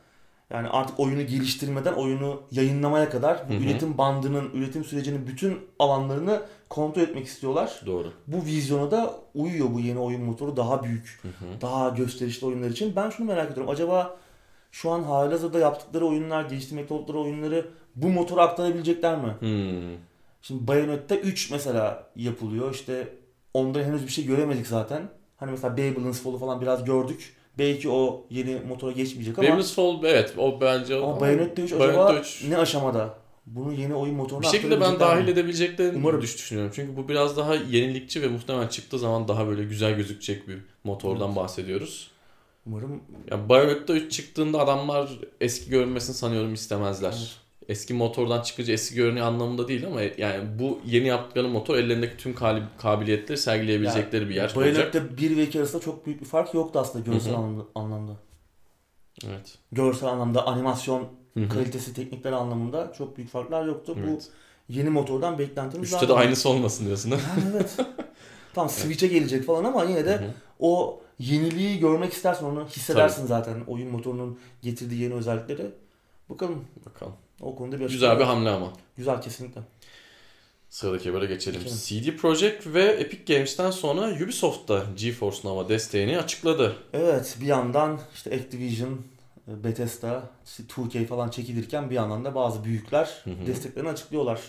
Yani artık oyunu geliştirmeden oyunu yayınlamaya kadar bu üretim bandının, üretim sürecinin bütün alanlarını kontrol etmek istiyorlar.
Doğru.
Bu vizyona da uyuyor bu yeni oyun motoru, daha büyük, daha gösterişli oyunlar için. Ben şunu merak ediyorum. Acaba şu an halihazırda yaptıkları oyunlar, geliştirmekte oldukları oyunları bu motora aktarabilecekler mi? Şimdi Bayonetta 3 mesela yapılıyor. İşte ondan henüz bir şey göremedik zaten. Hani mesela Babylon's Fall'u falan biraz gördük. Belki o yeni motora geçmeyecek ama...
Babylon's Fall evet o bence...
Ama Bayonetta 3 acaba ne aşamada? Bunu yeni oyun motoruna
bir şekilde ben dahil edebileceklerini
umarım
düşünüyorum. Çünkü bu biraz daha yenilikçi ve muhtemelen çıktığı zaman daha böyle güzel gözükecek bir motordan bahsediyoruz.
Umarım...
Yani Bayonetta 3 çıktığında adamlar eski görünmesini sanıyorum istemezler. Evet. Eski motordan çıkınca eski görünüyor anlamında değil ama yani bu yeni yaptıkları motor ellerindeki tüm kabiliyetleri sergileyebilecekleri bir yer olacak.
Bayonetta 1 ve 2 arasında çok büyük bir fark yoktu aslında görsel anlamda.
Evet.
Görsel anlamda, animasyon kalitesi, teknikler anlamında çok büyük farklar yoktu. Evet. Bu yeni motordan beklentimiz
daha... 3'te de aynısı olmasın diyorsun değil mi?
Yani evet. Tam Switch'e gelecek falan ama yine de o yeniliği görmek istersen, onu hissedersin zaten. Oyun motorunun getirdiği yeni özellikleri. Bakalım. O konuda bir
güzel bir hamle ama.
Güzel, kesinlikle.
Sıradaki habere geçelim. CD Projekt ve Epic Games'ten sonra Ubisoft da GeForce Now desteğini açıkladı.
Evet, bir yandan işte Activision, Bethesda, 2K falan çekilirken bir yandan da bazı büyükler desteklerini açıklıyorlar.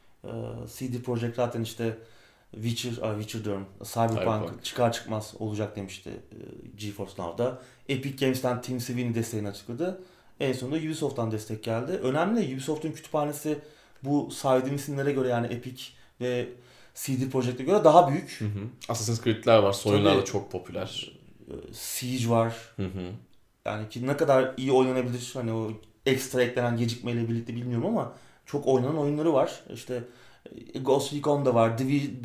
CD Projekt zaten işte Witcher diyorum, Cyberpunk çıkar çıkmaz olacak demişti GeForce Now'da. Epic Games'ten Tim Sweeney desteğini açıkladı. En sonunda Ubisoft'tan destek geldi. Önemli, Ubisoft'un kütüphanesi bu saydığım isimlere göre, yani Epic ve CD Projekt'e göre daha büyük.
Assassin's Creed'ler var, oyunlar da çok popüler.
Siege var. Yani ki ne kadar iyi oynanabilir, hani o ekstra eklenen gecikmeyle birlikte bilmiyorum ama çok oynanan oyunları var. İşte Ghost Recon da var,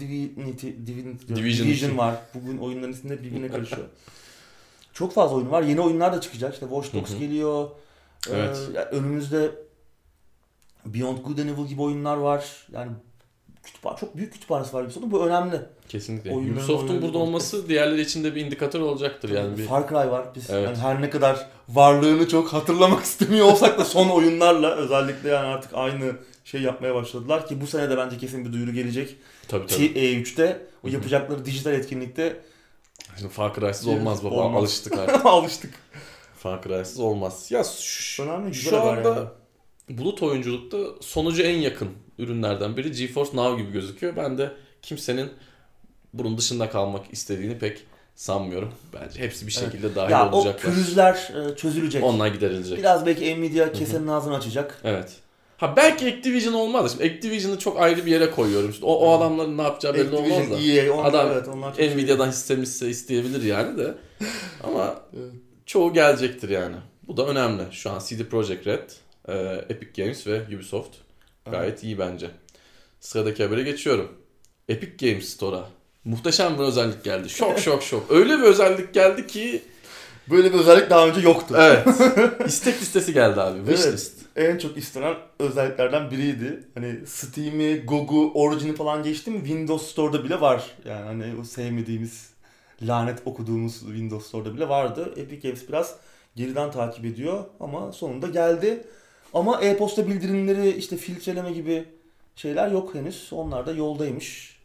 Division var. Bugün oyunların isimleri birbirine karışıyor. Çok fazla oyun var. Yeni oyunlar da çıkacak. İşte Watch Dogs geliyor.
Evet.
Önümüzde Beyond Good and Evil gibi oyunlar var. Yani çok büyük kütüphanesi var Ubisoft'un. Bu önemli.
Kesinlikle. Ubisoft'un burada olması diğerleri için de bir indikatör olacaktır. Yani
Far Cry var. Biz yani her ne kadar varlığını çok hatırlamak istemiyor olsak da son oyunlarla özellikle yani artık aynı şey yapmaya başladılar ki bu sene de bence kesin bir duyuru gelecek.
Tabii.
E3'te o yapacakları dijital etkinlikte.
Şimdi Far Cry'sız olmaz baba. Olmaz. Alıştık artık.
Alıştık.
Far Cry'sız olmaz. Ya
önemli,
şu anda yani bulut oyunculukta sonucu en yakın ürünlerden biri GeForce Now gibi gözüküyor. Ben de kimsenin bunun dışında kalmak istediğini pek sanmıyorum. Bence hepsi bir şekilde dahil olacaklar.
O pürüzler çözülecek.
Onlar giderilecek.
Biraz belki Nvidia kesenin ağzını açacak.
Evet. Belki Activision olmaz. Şimdi Activision'ı çok ayrı bir yere koyuyorum. İşte o adamların ne yapacağı belli olmaz da. Adam Nvidia'dan hissemizse isteyebilir yani de. Ama çoğu gelecektir yani. Bu da önemli. Şu an CD Projekt Red, Epic Games ve Ubisoft gayet iyi bence. Sıradaki habere geçiyorum. Epic Games Store'a muhteşem bir özellik geldi. Şok. Öyle bir özellik geldi ki
böyle bir özellik daha önce yoktu.
Evet. İstek listesi geldi abi. Wishlist.
Evet. En çok istenen özelliklerden biriydi. Hani Steam'i, GOG'u, Origin'i falan geçti mi Windows Store'da bile var. Yani hani o sevmediğimiz, lanet okuduğumuz Windows Store'da bile vardı. Epic Games biraz geriden takip ediyor ama sonunda geldi. Ama e-posta bildirimleri, işte filtreleme gibi şeyler yok henüz. Onlar da yoldaymış.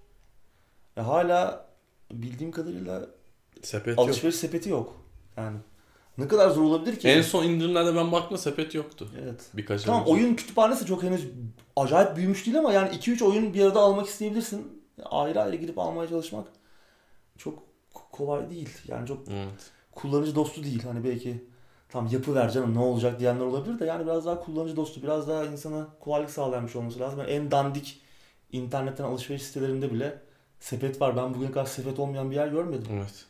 Hala bildiğim kadarıyla alışveriş sepeti yok. Yani ne kadar zor olabilir ki?
En son indirimlerde ben baktım, sepet yoktu.
Evet.
Birkaç
tamam, oyun kütüphanesi çok henüz acayip büyümüş değil ama yani 2-3 oyun bir arada almak isteyebilirsin. Ayrı ayrı gidip almaya çalışmak çok kolay değil. Yani çok kullanıcı dostu değil. Hani belki tam yapıver canım ne olacak diyenler olabilir de yani biraz daha kullanıcı dostu, biraz daha insana kolaylık sağlayan bir şey olması lazım. Yani en dandik internetten alışveriş sitelerinde bile sepet var. Ben bugüne kadar sepet olmayan bir yer görmedim.
Evet.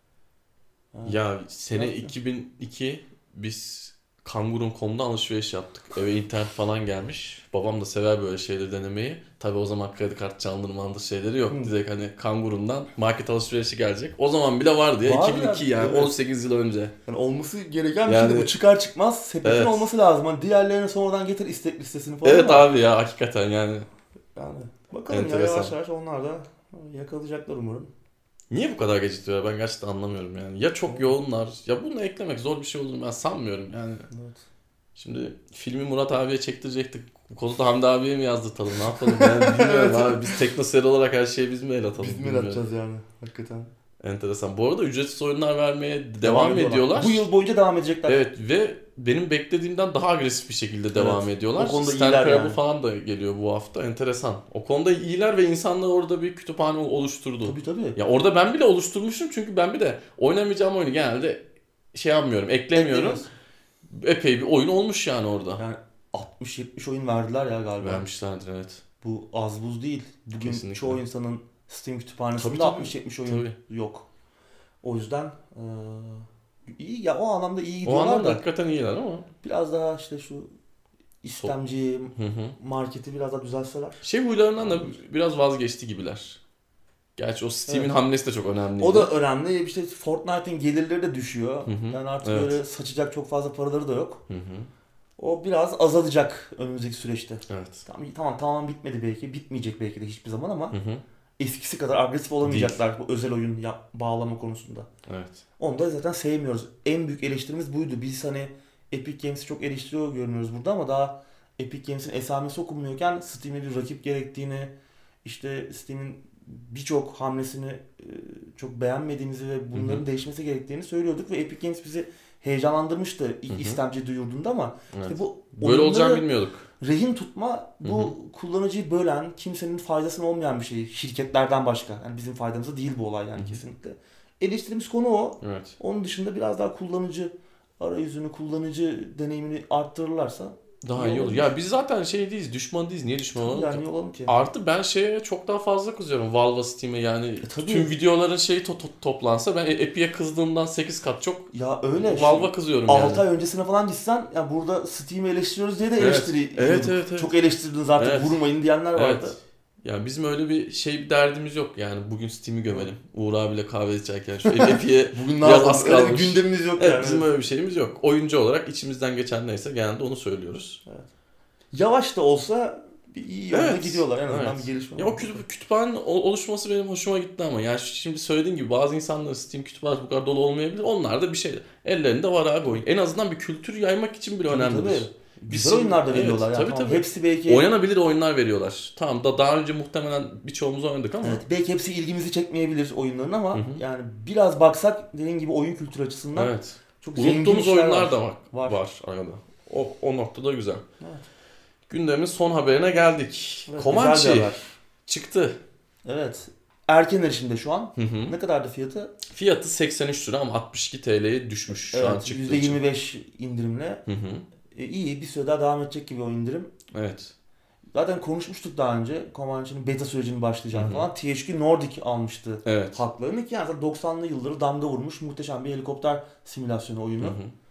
Ya sene 2002 biz Kangurun.com'da alışveriş yaptık. Eve internet falan gelmiş. Babam da sever böyle şeyleri denemeyi. Tabii o zaman kredi kart çaldırmandır şeyleri yok. Direkt hani Kangurun'dan market alışverişi gelecek. O zaman bile vardı ya. 2002 yani evet. 18 yıl önce.
Yani olması gereken bir şey de bu, çıkar çıkmaz sepetin olması lazım. Hani diğerlerini sonradan getir istek listesini falan.
Evet abi ya hakikaten yani.
Yani bakalım ya, yavaş yavaş onlar da yakalayacaklar umarım.
Niye bu kadar geciktiriyorlar? Ben gerçekten anlamıyorum yani. Ya çok yoğunlar. Ya bunu eklemek zor bir şey olduğunu ben sanmıyorum yani.
Evet.
Şimdi filmi Murat abiye çektirecektik. Bu konuda Hamdi abiye mi yazdırtalım? Ne yapalım? Yani bilmiyorum abi. Biz teknoseri olarak her şeyi biz mi el atalım?
Biz mi el atacağız yani? Hakikaten.
Enteresan. Bu arada ücretsiz oyunlar vermeye devam ediyorlar.
Bu yıl boyunca devam edecekler.
Evet ve benim beklediğimden daha agresif bir şekilde devam ediyorlar.
O konuda
Stand
iyiler
Parable
yani.
falan da geliyor bu hafta. Enteresan. O konuda iyiler ve insanlar orada bir kütüphane oluşturdu.
Tabii.
Ya orada ben bile oluşturmuşum çünkü ben bir de oynamayacağım oyunu genelde şey yapmıyorum, eklemiyorum. Epey bir oyun olmuş yani orada.
Yani 60-70 oyun verdiler ya galiba.
Vermişlerdir evet.
Bu az buz değil. Bugün
Kesinlikle.
çoğu insanın Steam kütüphanesinde
Tabii.
60-70 oyun yok. O yüzden iyi ya, o anlamda iyi
O
gidiyorlar
anlamda
da.
hakikaten iyiler ama.
Biraz daha işte şu istemci marketi biraz daha düzelseler.
Şey huylarından da biraz vazgeçti gibiler. Gerçi o Steam'in hamlesi de çok önemliydi.
O da önemli. İşte Fortnite'in gelirleri de düşüyor. Yani artık böyle saçacak çok fazla paraları da yok. O biraz azalacak önümüzdeki süreçte.
Evet.
Tamam bitmedi belki. Bitmeyecek belki de hiçbir zaman ama eskisi kadar agresif olamayacaklar bu özel oyun bağlama konusunda.
Evet.
Onu da zaten sevmiyoruz. En büyük eleştirimiz buydu. Biz hani Epic Games'i çok eleştiriyor görünüyoruz burada ama daha Epic Games'in esamesi okunmuyorken Steam'e bir rakip gerektiğini, işte Steam'in birçok hamlesini çok beğenmediğimizi ve bunların değişmesi gerektiğini söylüyorduk ve Epic Games bizi heyecanlandırmıştı ilk istemci duyurduğunda ama işte bu
böyle olacağını bilmiyorduk.
Rehin tutma bu kullanıcıyı bölen, kimsenin faydasına olmayan bir şey şirketlerden başka. Yani bizim faydamıza değil bu olay yani kesinlikle. Eleştirimiz konu o.
Evet.
Onun dışında biraz daha kullanıcı arayüzünü, kullanıcı deneyimini arttırırlarsa
daha iyi olur. Ya biz zaten şey değiliz, düşman değiliz. Niye düşman olalım
yani olalım ki?
Artı ben şeye çok daha fazla kızıyorum. Valve, Steam'e yani tüm videoların şeyi toplansa ben Epic'e kızdığımdan 8 kat çok Valve'a kızıyorum yani.
6 ay öncesine falan gitsen ya burada Steam'i eleştiriyoruz diye de eleştiri
evet.
Çok eleştirdiniz artık vurmayın diyenler vardı.
Evet. Yani bizim öyle bir derdimiz yok yani bugün Steam'i gömelim. Uğur abiyle kahve içerken şu Epic'e
bugün
biraz az kalmış.
Öyle bir gündemimiz yok
yani. Bizim öyle bir şeyimiz yok. Oyuncu olarak içimizden geçen neyse genelde onu söylüyoruz.
Evet. Yavaş da olsa iyi yolda gidiyorlar en azından bir gelişme.
Ya o kütüphanenin oluşması benim hoşuma gitti ama yani şimdi söylediğin gibi bazı insanların Steam kütüphanesi bu kadar dolu olmayabilir. Onlar da bir şey ellerinde var abi oyun. En azından bir kültür yaymak için bile önemlidir.
Güzel oyunlar da veriyorlar yani.
Tabii.
Hepsi belki
oynanabilir oyunlar veriyorlar. Tamam daha önce muhtemelen birçoğumuz oynadık ama.
Evet, belki hepsi ilgimizi çekmeyebilir oyunların ama yani biraz baksak dediğin gibi oyun kültürü açısından çok
unuttuğumuz oyunlar da var arada. O noktada güzel.
Evet.
Gündemin son haberine geldik.
Evet,
Comanche çıktı.
Evet. Erken erişimde şu an. Ne kadardı fiyatı?
Fiyatı 83 lira ama 62 TL'ye düşmüş şu an çıktığı için.
%25 indirimle. İyi bir süre daha devam edecek gibi o indirim.
Evet.
Zaten konuşmuştuk daha önce. Comanche'nin beta sürecinin başlayacağını falan. THQ Nordic almıştı haklarını ki yani 90'lı yılları damga vurmuş muhteşem bir helikopter simülasyonu oyunu.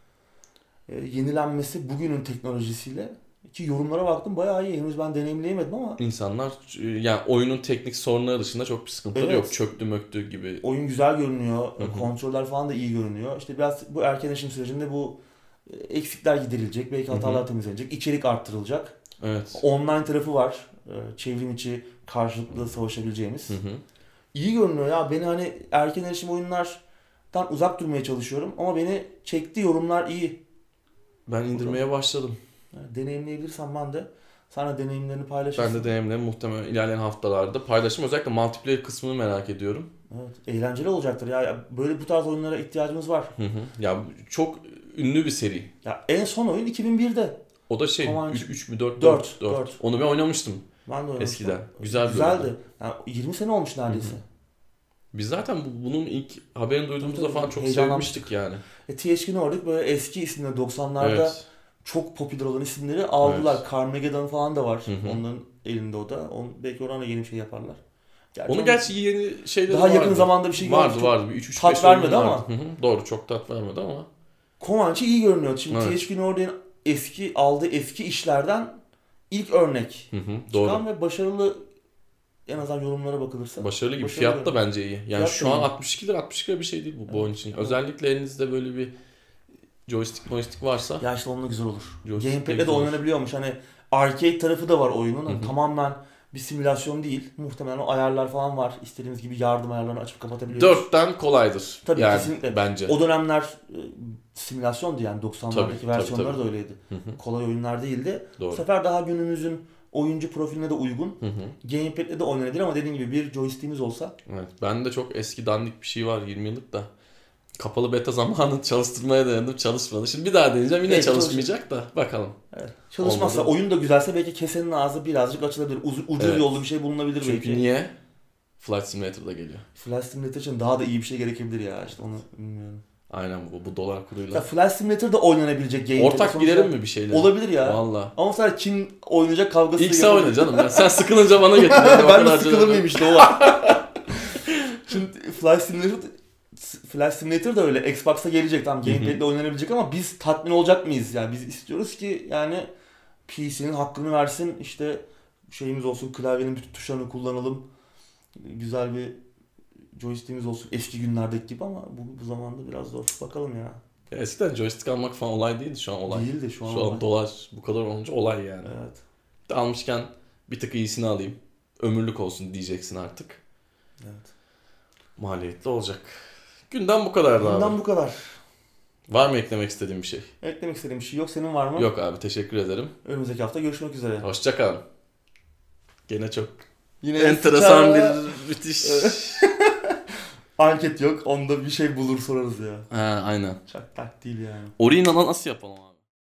Yenilenmesi bugünün teknolojisiyle ki yorumlara baktım bayağı iyi. Henüz ben deneyimleyemedim ama.
İnsanlar yani oyunun teknik sorunları dışında çok bir sıkıntıları yok. Çöktü möktü gibi.
Oyun güzel görünüyor. Kontroller falan da iyi görünüyor. İşte biraz bu erken erişim sürecinde bu eksikler giderilecek. Belki hatalar temizlenecek. İçerik arttırılacak.
Evet.
Online tarafı var. Çevrim içi karşılıklı savaşabileceğimiz. İyi görünüyor ya. Beni hani erken erişim oyunlardan uzak durmaya çalışıyorum. Ama beni çekti, yorumlar iyi.
Ben indirmeye başladım.
Deneyimleyebilirsem ben de sana deneyimlerini paylaşırsın.
Ben de deneyimlerimi muhtemelen ilerleyen haftalarda paylaşırım. Özellikle multiplayer kısmını merak ediyorum.
Evet, eğlenceli olacaktır ya. Böyle bu tarz oyunlara ihtiyacımız var.
Ya çok ünlü bir seri.
Ya en son oyun 2001'de.
O da 3 mü 4. Onu ben oynamıştım.
Ben de oynamıştım.
Eskiden. Güzeldi.
Yani 20 sene olmuş neredeyse.
Biz zaten bunun ilk haberini duyduğumuzda falan çok sevmiştik yani.
THQ Nordic böyle eski isimleri 90'larda çok popüler olan isimleri aldılar. Evet. Carmageddon falan da var. Onların elinde o da. Belki oradan da yeni bir şey yaparlar.
Gerçi yeni şeyler
daha yakın zamanda bir şey
vardı. Bir 3-5
tat vermedi ama.
Doğru çok tat vermedi ama.
Comanche iyi görünüyor. Şimdi THQ Nordic'in aldığı eski işlerden ilk örnek.
Doğru.
Çıkan ve başarılı en azından yorumlara bakılırsa.
Başarılı gibi. Fiyat da bence iyi. Yani şu an 62 lira bir şey değil bu oyun için. Özellikle elinizde böyle bir joystick varsa.
Ya işte onunla güzel olur. Gamepad'le de oynanabiliyormuş. Hani arcade tarafı da var oyunun. Tamamen bir simülasyon değil. Muhtemelen o ayarlar falan var. İstediğimiz gibi yardım ayarlarını açıp kapatabiliyoruz.
4'ten kolaydır.
Tabii
yani,
kesinlikle.
Bence.
O dönemler simülasyondu yani 90'lardaki
tabii,
versiyonları
tabii.
da öyleydi. Kolay oyunlar değildi.
Doğru.
Bu sefer daha günümüzün oyuncu profiline de uygun. Gamepad'le de oynanabilir ama dediğim gibi bir joystick'imiz olsa.
Evet, bende çok eski dandik bir şey var 20 yıllık da. Kapalı beta zamanı çalıştırmaya dayandım, çalışmadı. Şimdi bir daha deneyeceğim, yine çalışmayacak da bakalım.
Evet. Çalışmazsa oyun da güzelse belki kesenin ağzı birazcık açılabilir. Ucuz yollu bir şey bulunabilir
çünkü
belki.
Çünkü niye? Flight Simulator'da geliyor.
Flight Simulator için daha da iyi bir şey gerekebilir ya, işte onu bilmiyorum.
Aynen bu dolar kuruyla.
Ya Flight Simulator'da oynanabilecek game.
Ortak girelim mi bir şeyler?
Olabilir ya.
Valla.
Ama sadece kim oynayacak kavgası.
İlk sen oyna canım. Sen sıkılınca bana getir.
Ben de sıkılır mıyım işte, o var. Şimdi Flight Simulator da öyle. Xbox'a gelecek, tamam, gamepad'le oynanabilecek ama biz tatmin olacak mıyız? Yani biz istiyoruz ki yani PC'nin hakkını versin, işte şeyimiz olsun, klavyenin bütün tuşlarını kullanalım. Güzel bir joystick'imiz olsun eski günlerdeki gibi ama bu zamanda biraz zor. Bakalım ya.
Eskiden joystick almak falan olay değildi, şu an olay.
Değildi şu an.
Şu an dolar bu kadar olunca olay yani.
Evet.
Almışken bir tık iyisini alayım. Ömürlük olsun diyeceksin artık.
Evet.
Maliyetli olacak. Günden bu kadar abi.
Günden bu kadar.
Var mı eklemek istediğin bir şey?
Eklemek istediğim bir şey yok. Senin var mı?
Yok abi, teşekkür ederim.
Önümüzdeki hafta görüşmek üzere.
Hoşça kalın. Gene çok
yine
enteresan bir müthiş.
Anket yok. Onda bir şey bulur sorarız ya.
Ha, aynen.
Çok tak değil yani.
Orina'la nasıl yapalım abi?